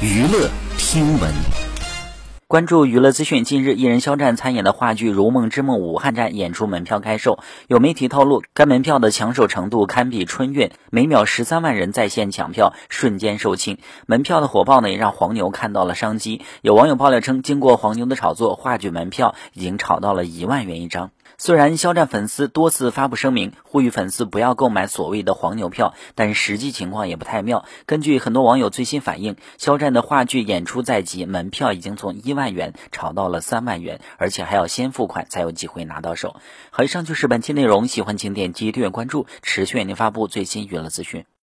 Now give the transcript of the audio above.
娱乐听闻。 关注娱乐资讯，近日艺人肖战参演的话剧《如梦之梦武汉站》演出门票开售，有媒体透露，该门票的抢手程度堪比春运，每秒13万人在线抢票，瞬间售罄。门票的火爆呢，也让黄牛看到了商机。有网友爆料称，经过黄牛的炒作，话剧门票已经炒到了1万元一张。虽然肖战粉丝多次发布声明，呼吁粉丝不要购买所谓的黄牛票，但实际情况也不太妙。根据很多网友最新反映，肖战的话剧演出在即，门票已经从1万元炒到了3万元，而且还要先付款才有机会拿到手。好，以上就是本期内容，喜欢请点击订阅关注，持续为您发布最新娱乐资讯。